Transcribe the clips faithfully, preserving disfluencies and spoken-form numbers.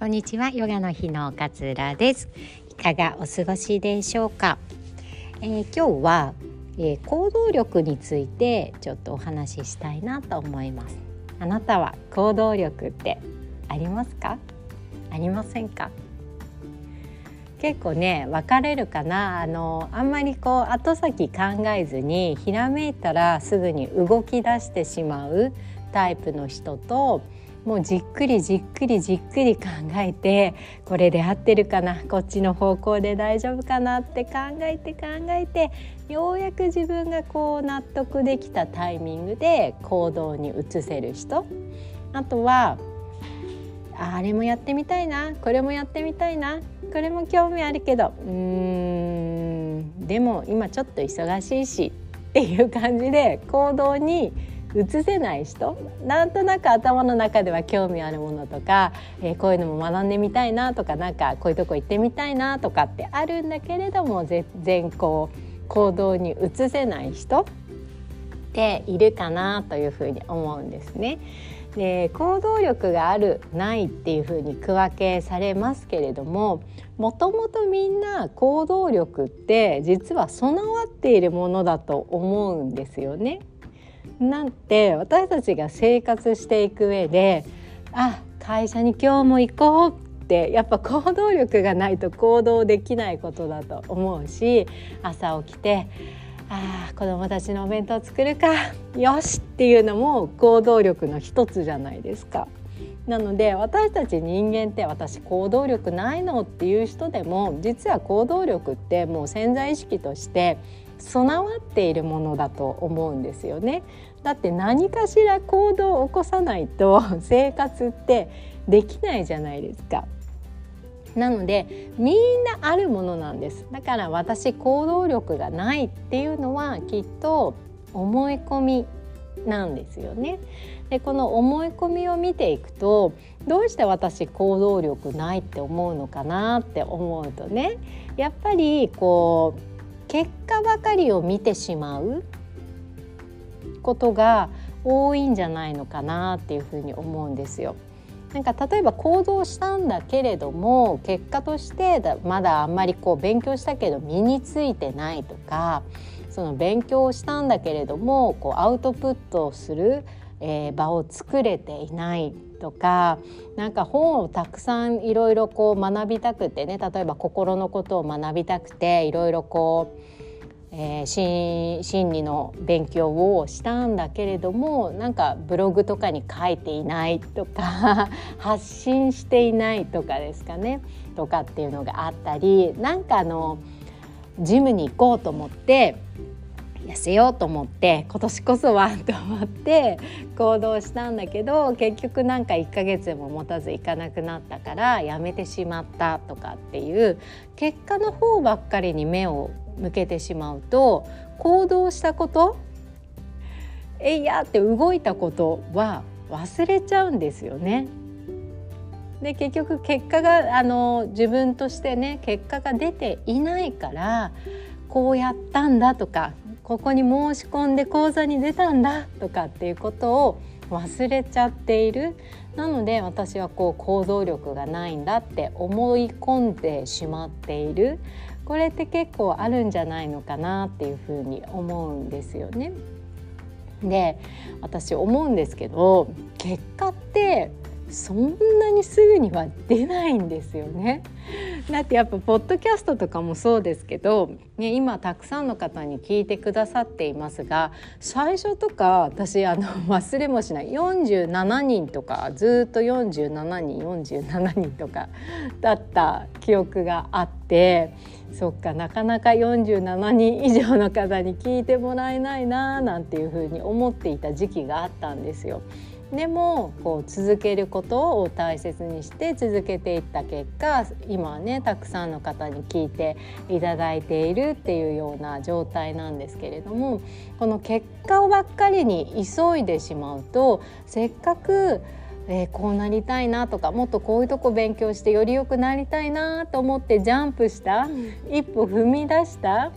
こんにちは。ヨガの日の勝浦です。いかがお過ごしでしょうか。えー、今日は、えー、行動力についてちょっとお話ししたいなと思います。あなたは行動力ってありますか？ありませんか？結構ね分かれるかな。あのあんまりこう後先考えずにひらめいたらすぐに動き出してしまうタイプの人と、もうじっくりじっくりじっくり考えて、これで合ってるかな、こっちの方向で大丈夫かなって考えて考えて、ようやく自分がこう納得できたタイミングで行動に移せる人。あとはあれもやってみたいな、これもやってみたいな、これも興味あるけどうーんでも今ちょっと忙しいしっていう感じで行動に移せない人。なんとなく頭の中では興味あるものとか、えー、こういうのも学んでみたいなとか、なんかこういうとこ行ってみたいなとかってあるんだけれども、全然こう行動に移せない人っているかなというふうに思うんですね。で、行動力があるないっていうふうに区分けされますけれども、もともとみんな行動力って実は備わっているものだと思うんですよね。なんて私たちが生活していく上で、あ、会社に今日も行こうってやっぱ行動力がないと行動できないことだと思うし、朝起きてあ子どもたちのお弁当作るかよしっていうのも行動力の一つじゃないですか。なので私たち人間って、私行動力ないのっていう人でも、実は行動力ってもう潜在意識として備わっているものだと思うんですよね。だって何かしら行動を起こさないと生活ってできないじゃないですか。なのでみんなあるものなんです。だから私行動力がないっていうのはきっと思い込みなんですよね。でこの思い込みを見ていくと、どうして私行動力ないって思うのかなって思うとね、やっぱりこう結果ばかりを見てしまうことが多いんじゃないのかなっていうふうに思うんですよ。なんか例えば行動したんだけれども、結果としてまだあんまりこう勉強したけど身についてないとか、その勉強をしたんだけれどもこうアウトプットをする、えー、場を作れていないとか、なんか本をたくさんいろいろこう学びたくてね、例えば心のことを学びたくていろいろこうえー、心, 心理の勉強をしたんだけれども、なんかブログとかに書いていないとか発信していないとかですかね、とかっていうのがあったり、なんかあのジムに行こうと思って痩せようと思って今年こそはと思って行動したんだけど、結局なんかいっかげつも持たず行かなくなったからやめてしまったとかっていう結果の方ばっかりに目を向けてしまうと、行動したこと、えいやって動いたことは忘れちゃうんですよね。で結局結果があの自分としてね結果が出ていないから、こうやったんだとか、ここに申し込んで講座に出たんだとかっていうことを忘れちゃっている。なので私はこう行動力がないんだって思い込んでしまっている。これって結構あるんじゃないのかなっていうふうに思うんですよね。で私思うんですけど、結果ってそんなにすぐには出ないんですよね。だってやっぱポッドキャストとかもそうですけど、ね、今たくさんの方に聞いてくださっていますが、最初とか私あの忘れもしないよんじゅうななにんとか、ずっとよんじゅうななにんよんじゅうななにんとかだった記憶があって、そっかなかなかよんじゅうななにん以上の方に聞いてもらえないななんていうふうに思っていた時期があったんですよ。でもこう続けることを大切にして続けていった結果、今はねたくさんの方に聞いていただいているっていうような状態なんですけれども、この結果ばっかりに急いでしまうと、せっかくえー、こうなりたいなとか、もっとこういうとこ勉強してより良くなりたいなと思ってジャンプした、一歩踏み出した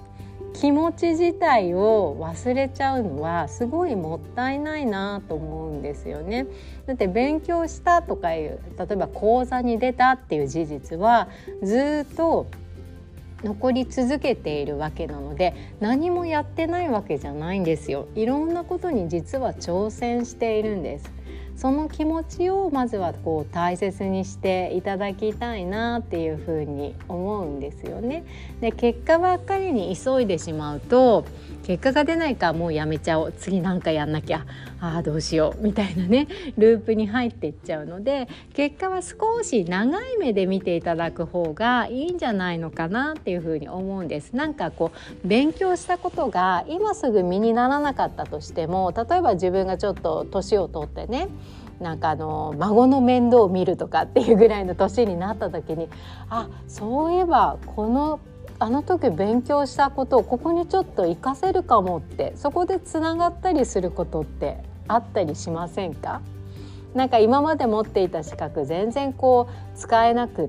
気持ち自体を忘れちゃうのはすごいもったいないなと思うんですよね。だって勉強したとかいう、例えば講座に出たっていう事実はずっと残り続けているわけなので、何もやってないわけじゃないんですよ。いろんなことに実は挑戦しているんです。その気持ちをまずはこう大切にしていただきたいなっていうふうに思うんですよね。で、結果ばっかりに急いでしまうと、結果が出ないからもうやめちゃおう、次なんかやんなきゃ、ああどうしようみたいなねループに入っていっちゃうので、結果は少し長い目で見ていただく方がいいんじゃないのかなっていうふうに思うんです。なんかこう勉強したことが今すぐ身にならなかったとしても、例えば自分がちょっと年を取ってね、なんかあの孫の面倒を見るとかっていうぐらいの年になった時に、あ、そういえばこのあの時勉強したことをここにちょっと活かせるかもって、そこでつながったりすることってあったりしませんか？なんか今まで持っていた資格全然こう使えなくって、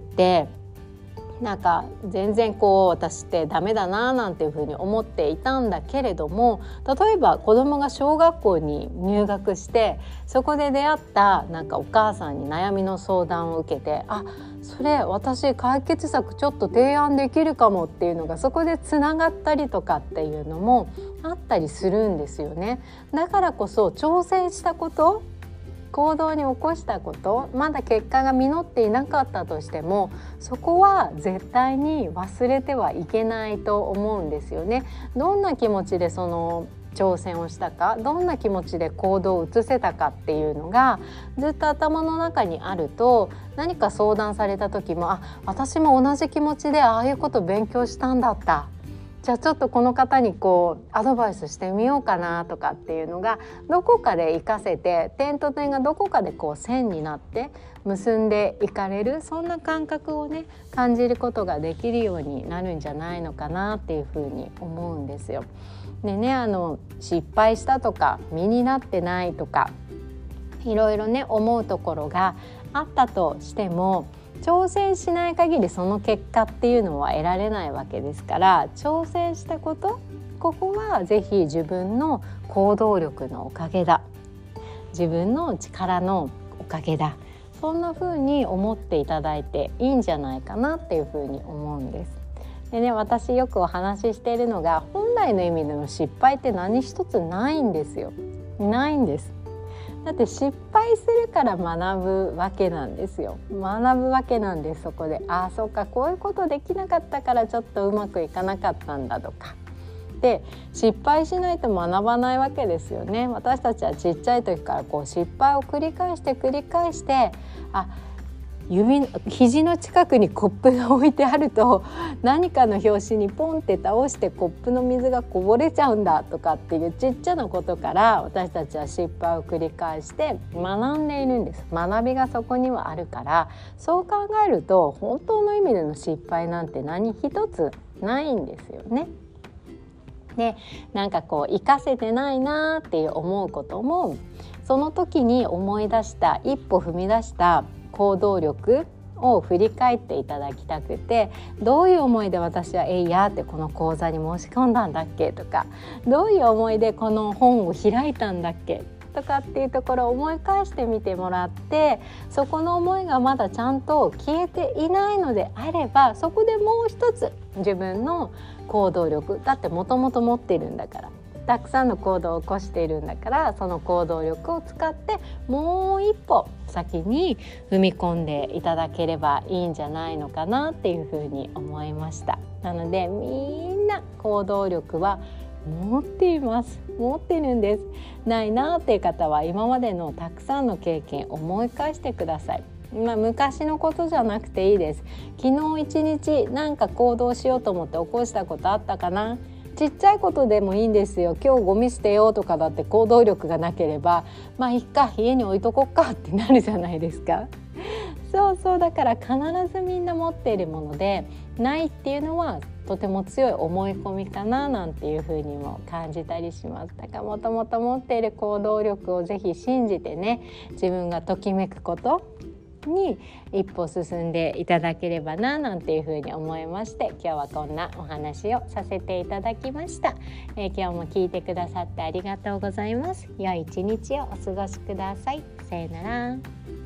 なんか全然こう私ってダメだななんていうふうに思っていたんだけれども、例えば子供が小学校に入学して、そこで出会ったなんかお母さんに悩みの相談を受けて、あ、それ私解決策ちょっと提案できるかもっていうのがそこでつながったりとかっていうのもあったりするんですよね。だからこそ挑戦したこと、行動に起こしたこと、まだ結果が実っていなかったとしても、そこは絶対に忘れてはいけないと思うんですよね。どんな気持ちでその挑戦をしたか、どんな気持ちで行動を移せたかっていうのがずっと頭の中にあると、何か相談された時も、あ、私も同じ気持ちでああいうこと勉強したんだった、じゃあちょっとこの方にこうアドバイスしてみようかなとかっていうのがどこかで活かせて、点と点がどこかでこう線になって結んでいかれる、そんな感覚をね感じることができるようになるんじゃないのかなっていうふうに思うんですよ。でね、あの失敗したとか身になってないとかいろいろね思うところがあったとしても、挑戦しない限りその結果っていうのは得られないわけですから、挑戦したこと、ここはぜひ自分の行動力のおかげだ、自分の力のおかげだ、そんな風に思っていただいていいんじゃないかなっていう風に思うんです。でね、私よくお話ししているのが、本来の意味での失敗って何一つないんですよ。ないんです。だって失敗するから学ぶわけなんですよ。学ぶわけなんです。そこで、ああそうか、こういうことできなかったからちょっとうまくいかなかったんだとかで、失敗しないと学ばないわけですよね。私たちはちっちゃい時からこう失敗を繰り返して繰り返して、あ、指肘の近くにコップが置いてあると何かの拍子にポンって倒してコップの水がこぼれちゃうんだとかっていうちっちゃなことから私たちは失敗を繰り返して学んでいるんです。学びがそこにはあるから、そう考えると本当の意味での失敗なんて何一つないんですよね。で、なんかこう活かせてないなっていう思うことも、その時に思い出した一歩踏み出した行動力を振り返っていただきたくて、どういう思いで私はえいやってこの講座に申し込んだんだっけとか、どういう思いでこの本を開いたんだっけとかっていうところを思い返してみてもらって、そこの思いがまだちゃんと消えていないのであれば、そこでもう一つ自分の行動力だってもともと持っているんだから、たくさんの行動を起こしているんだから、その行動力を使ってもう一歩先に踏み込んでいただければいいんじゃないのかなっていうふうに思いました。なのでみんな行動力は持っています。持ってるんです。ないなっていう方は今までのたくさんの経験思い返してください。まあ、昔のことじゃなくていいです。昨日一日なんか行動しようと思って起こしたことあったかな。ちっちゃいことでもいいんですよ。今日ゴミ捨てようとかだって行動力がなければ、まあいっか、家に置いとこっかってなるじゃないですか。そうそう、だから必ずみんな持っているもので、ないっていうのはとても強い思い込みかななんていうふうにも感じたりします。だからもともと持っている行動力をぜひ信じてね、自分がときめくこと、 に一歩進んでいただければななんていうふうに思いまして、今日はこんなお話をさせていただきました。えー、今日も聞いてくださってありがとうございます。良い一日をお過ごしください。さよなら。